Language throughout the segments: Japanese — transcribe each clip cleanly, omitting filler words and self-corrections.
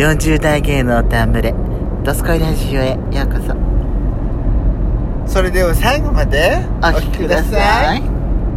40代芸能タンブレドスコイラジオへようこそ。 それでは最後までお聞きください。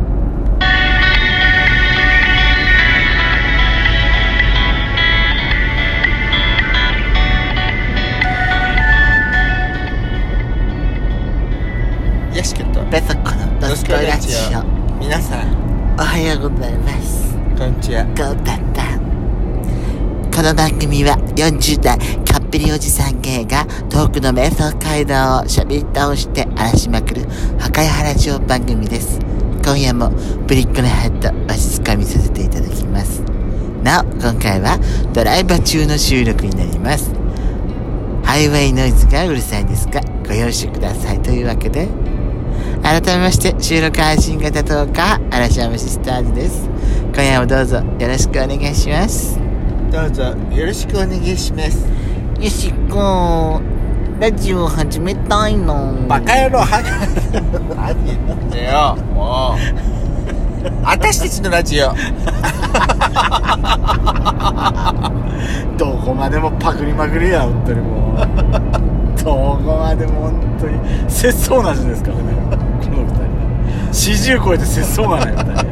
よしくとペソコのドスコイラジオ、 皆さんおはようございます。 こんにちは。 こうだった。この番組は40代カッペリおじさん芸が遠くの瞑想街道を喋り倒して荒らしまくる破壊原城番組です。今夜もぶりっ子のハートわしづかみさせていただきます。なお今回はドライバー中の収録になります。ハイウェイノイズがうるさいですがご容赦くださいというわけで、改めまして収録配信型トーカー嵐山シスターズです。今夜もどうぞよろしくお願いします。 どうぞよろしくお願いします。 よしこラジオ始めたいの。 バカ野郎何言ってよもう私たちのラジオどこまでもパクリまくりや本当にもうどこまでも本当に節操なしですからねこの二人40超えて節操がない二人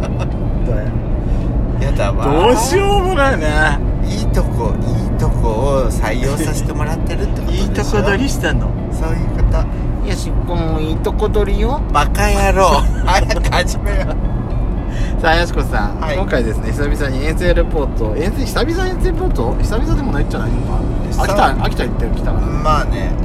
やだわ。 どうしようもないね。 いいとこを採用させてもらってるってことでしょ。 いいとこ取りしたの。 そういうこと。 よしこもいいとこ取りよ。 バカ野郎早く始めよさあやしこさん、 はい、 今回ですね久々に遠征レポート久々遠征レポート久々でもないんじゃないのか。秋田行ってきたからまあね。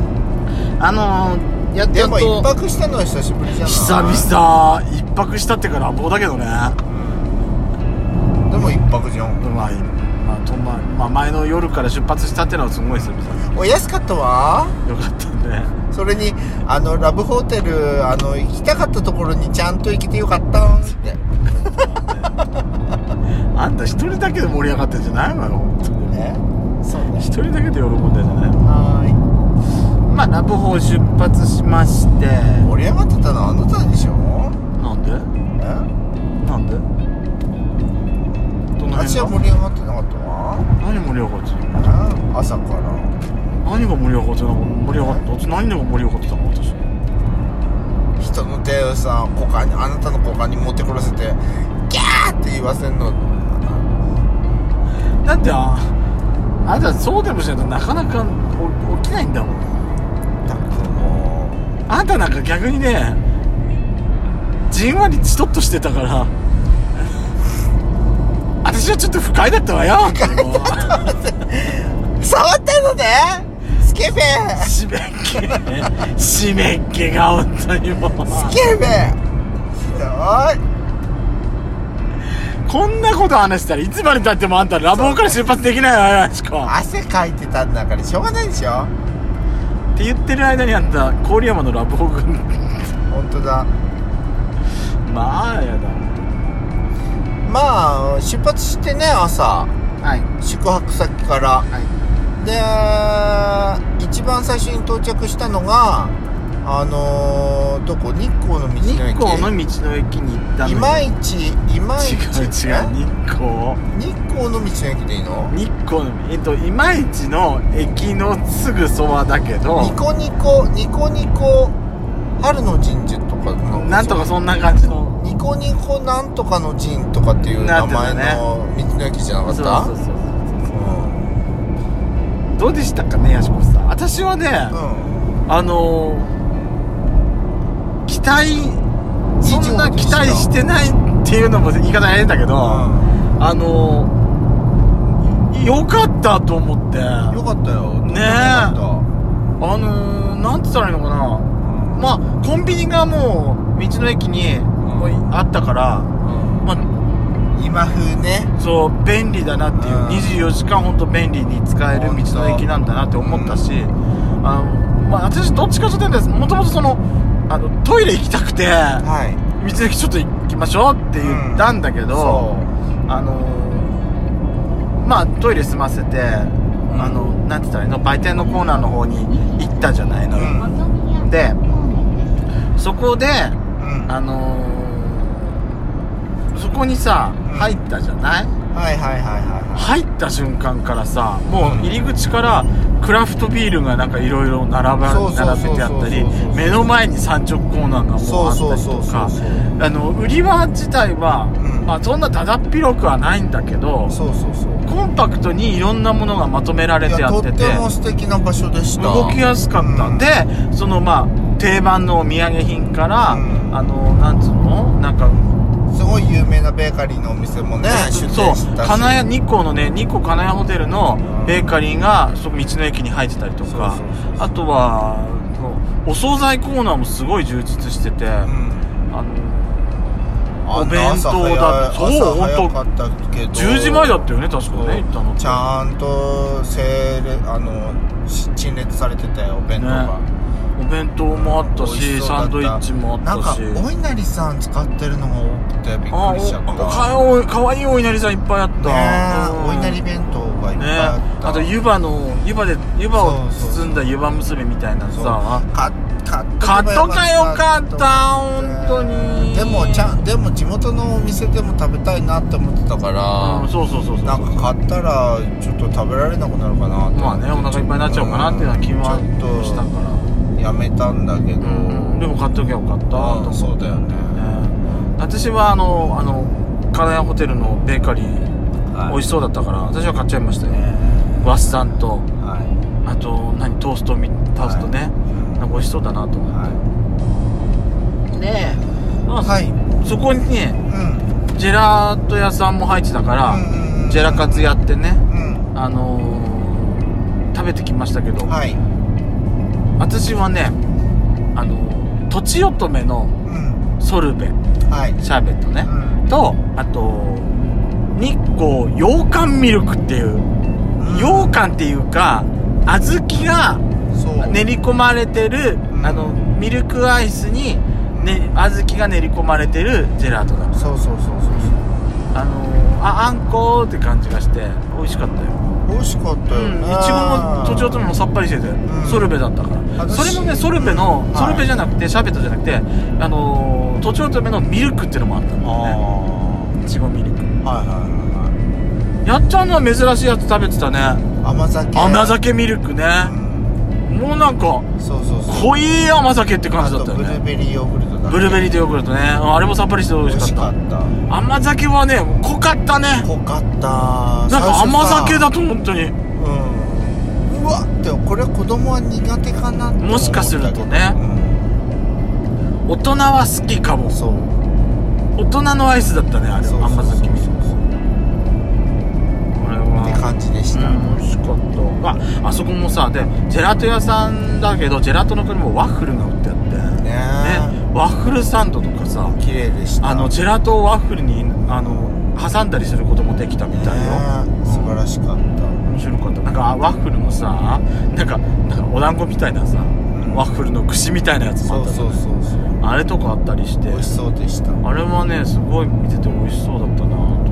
やっとでも一泊したのは久しぶりじゃない。 久々一泊したってから乱暴だけどね。 でも一泊じゃん。 前の夜から出発したってのはすごい久々。 お安かったわ。 よかったね。 それにラブホテル行きたかったところにちゃんと行けてよかったってあんた一人だけで盛り上がってんじゃないわよ本当にね。そうね。 一人だけで喜んでんじゃない。 はまあラブホ出発しましてーい。盛り上がってたのはあなたでしょ。 なんでなんでどの私は辺が盛り上がってなかったわ。 何盛り上がってる朝から何が盛り上がってたの。盛り上がって何が盛り上がってたの。私人の手をさあなたの股間に持ってこらせてギャーって言わせんの。 だってあんたそうでもしないとなかなか起きないんだもん。 だからもあんたなんか逆にねじんわりチトッとしてたから私はちょっと不快だったわよ。 う触ったのねスケベ湿っ気が本当にもうスケベひどい。 こんなこと話したらいつまでたってもあんたラブホから出発できないわよしこ汗かいてたんだからしょうがないでしょ。 って言ってる間にあんた郡山のラブホが本当だ。 まあやだ。 まあ出発してね朝はい宿泊先からはいで一番最初に到着したのがどこ日光の道の駅。 日光の道の駅に行ったのよ。 いまいち違う日光の道の駅でいいの。 光のいまいちの駅のすぐそばだけどニコニコ春の神社とかのなんとかそんな感じのニコニコなんとかの神とかっていう名前の道の駅じゃなかった。 そうどうでしたかねやしこさん。私はね、期待そんな期待してないっていうのも言い方変だけど、よかったと思って。 よかったよね。 なんて言ったらいいのかな、まあコンビニがもう道の駅にもうあったから、まあ今風ね。 そう便利だなっていう、24時間本当便利に使える道の駅なんだなって思ったし、まあ私どっちかというともともとトイレ行きたくて、 はい、 道の駅ちょっと行きましょうって言ったんだけど、まあトイレ済ませて、なんて言ったらいいの、売店のコーナーの方に行ったじゃないの、でそこで、そこにさ入ったじゃない、 はいはいはいはい入った瞬間からさ、もう入り口からクラフトビールがなんかいろいろ並べてあったり、目の前に産直コーナーがもうあったりとか、売り場自体は、まあそんなだだっ広くはないんだけど、コンパクトにいろんなものがまとめられてあってて、 とっても素敵な場所でした。 動きやすかった。で、そのまあ定番のお土産品から、なんつうの、なんかすごい有名なベーカリーのお店もね出店したし、 金谷、日光のね、日光金谷ホテルのベーカリーがそこ道の駅に入ってたりとか、あとはお惣菜コーナーもすごい充実してて、お弁当だ、そう、 朝早かったけど 10時前だったよね、確かね、行ったの。 ちゃんと陳列されてて、お弁当が、 ね、お弁当もあったし、サンドイッチもあったし、 なんかお稲荷さん使ってるのが多くてびっくりしちゃった。 かわいいお稲荷さんいっぱいあったね。お稲荷弁当がいっぱいあった、 あと湯葉を包んだ湯葉娘みたいなさ、買っとかよかった、本当に。 でも地元のお店でも食べたいなって思ってたから、なんか買ったらちょっと食べられなくなるかなって。 まあね、お腹いっぱいになっちゃうかなっていうのは気はしたからやめたんだけど、 でも買っときゃよかったと思って。 そうだよね。 私は金谷ホテルのベーカリー、美味しそうだったから私は買っちゃいましたね。ワッサンと、あとトーストね、なんか美味しそうだなと思って、で、そこにね、ジェラート屋さんも入ってたから、ジェラカツやってね、食べてきましたけど、私はね、とちおとめのソルベ、シャーベットね、と、あと日光羊羹ミルクっていう、羊羹っていうか小豆が練り込まれてる、ミルクアイスに、ね、小豆が練り込まれてるジェラートだ。あんこーって感じがして美味しかったよ。 美味しかったよね。 いちごもとちおとめもさっぱりしてて、ソルベだったから。それもね、ソルベじゃなくてシャーベットじゃなくて、とちおとめのミルクっていうのもあったんだよね。いちごミルク。やっちゃんのは珍しいやつ食べてたね。甘酒ミルクね。もうなんか濃い甘酒って感じだったよね。 ブルーベリーヨーグルトだね。 ブルーベリーとヨーグルトね。あれもさっぱりして美味しかった。甘酒はね、濃かったね。 濃かった。 なんか甘酒だと本当に。 うわって、これ子供は苦手かなって。 もしかするとね。大人は好きかも。大人のアイスだったね、あれ。甘酒ミルク。 って感じでした。 美味しかった。あそこもさ、でジェラート屋さんだけど、ジェラートの国もワッフルが売ってあってね、ワッフルサンドとかさ、 綺麗でした。 ジェラートをワッフルに挟んだりすることもできたみたいよ。 素晴らしかった。 面白かった。なんかワッフルのさ、なんかお団子みたいなさ、ワッフルの串みたいなやつもあったじゃない。あれとかあったりして美味しそうでした。 あれはね、すごい見てて美味しそうだったなと思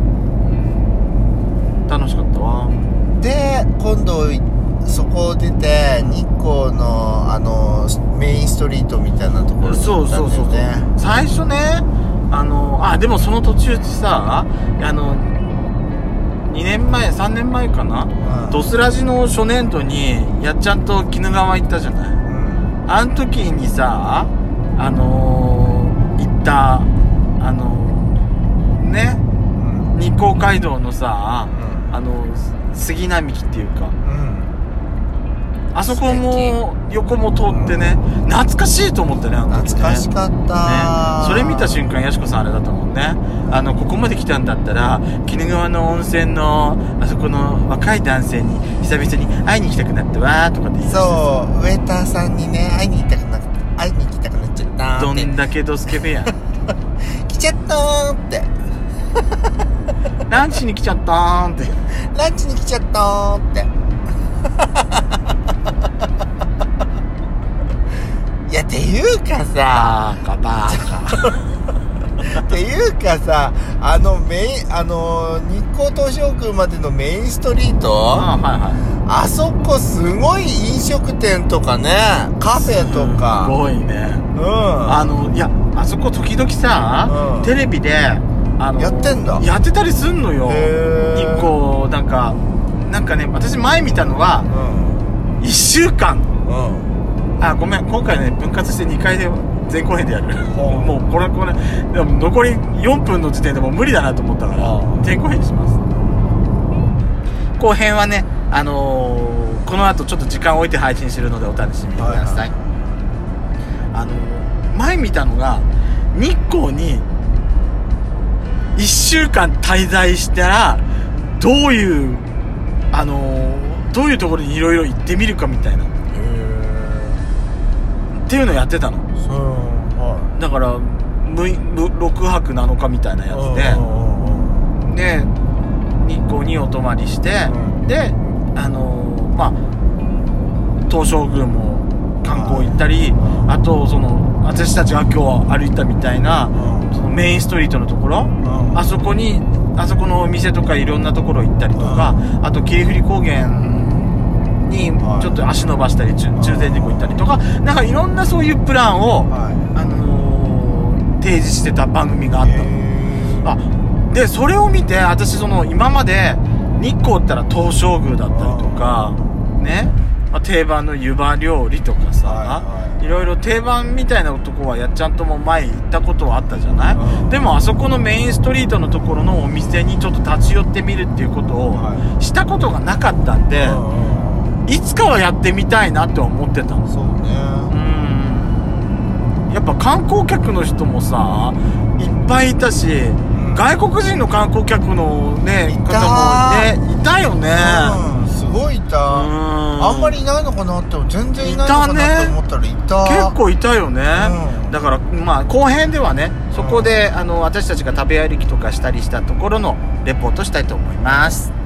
って、楽しかったわ。 で、今度そこを出て日光のメインストリートみたいなところに行ったんだよね。 最初ね、でもその途中でさ、2年前3年前かな、ドスラジの初年度にやっちゃんと鬼怒川行ったじゃない。あの時にさ、行ったね、日光街道のさ、杉並木っていうか、あそこも横も通ってね、懐かしいと思ってね、あの時ね。 懐かしかった、 ね、それ見た瞬間、やしこさんあれだったもんね。ここまで来たんだったら、鬼怒川の温泉のあそこの若い男性に久々に会いに行きたくなったわとかって言いました。 そう、ウェイターさんにね、会いに行きたくなっちゃったって。 どんだけドスケベや来ちゃったーってランチに来ちゃったーってランチに来ちゃったーっていや、っていうかさ、っていうかさ、日光東照宮までのメインストリート、あそこすごい飲食店とかね、カフェとかすごいね。いや、あそこ時々さ、テレビでやってんだ。 やってたりすんのよ。日光なんかね、私前見たのは、1週間、あ、ごめん、今回ね分割して2回で前後編でやるもうこれでも残り4分の時点でもう無理だなと思ったから前後編にします。後編はね、この後ちょっと時間を置いて配信するのでお楽しみください。前見たのが日光に1週間滞在したらどういうところにいろいろ行ってみるかみたいなっていうのをやってたの。だから6泊7日みたいなやつで、日光にお泊まりして、で東照宮も観光行ったり、あとその私たちが今日歩いたみたいな、そのメインストリートのところ、あそこのお店とかいろんなところ行ったりとか、あと霧降り高原にちょっと足伸ばしたり、中禅寺湖行ったりとか、なんかいろんなそういうプランを、提示してた番組があったの。でそれを見て私今まで日光って言ったら東照宮だったりとかね、定番の湯葉料理とかさ、いろいろ定番みたいなとこはやっちゃんとも前行ったことはあったじゃない。でもあそこのメインストリートのところのお店にちょっと立ち寄ってみるっていうことをしたことがなかったんで、いつかはやってみたいなって思ってたの。 そうね。 やっぱ観光客の人もさいっぱいいたし、外国人の観光客のね方もねいたよね。 すごいいた。あんまりいないのかなって、全然いないのかなって思ったらいた。 結構いたよね。だから後編ではね、そこで私たちが食べ歩きとかしたりしたところのレポートしたいと思います。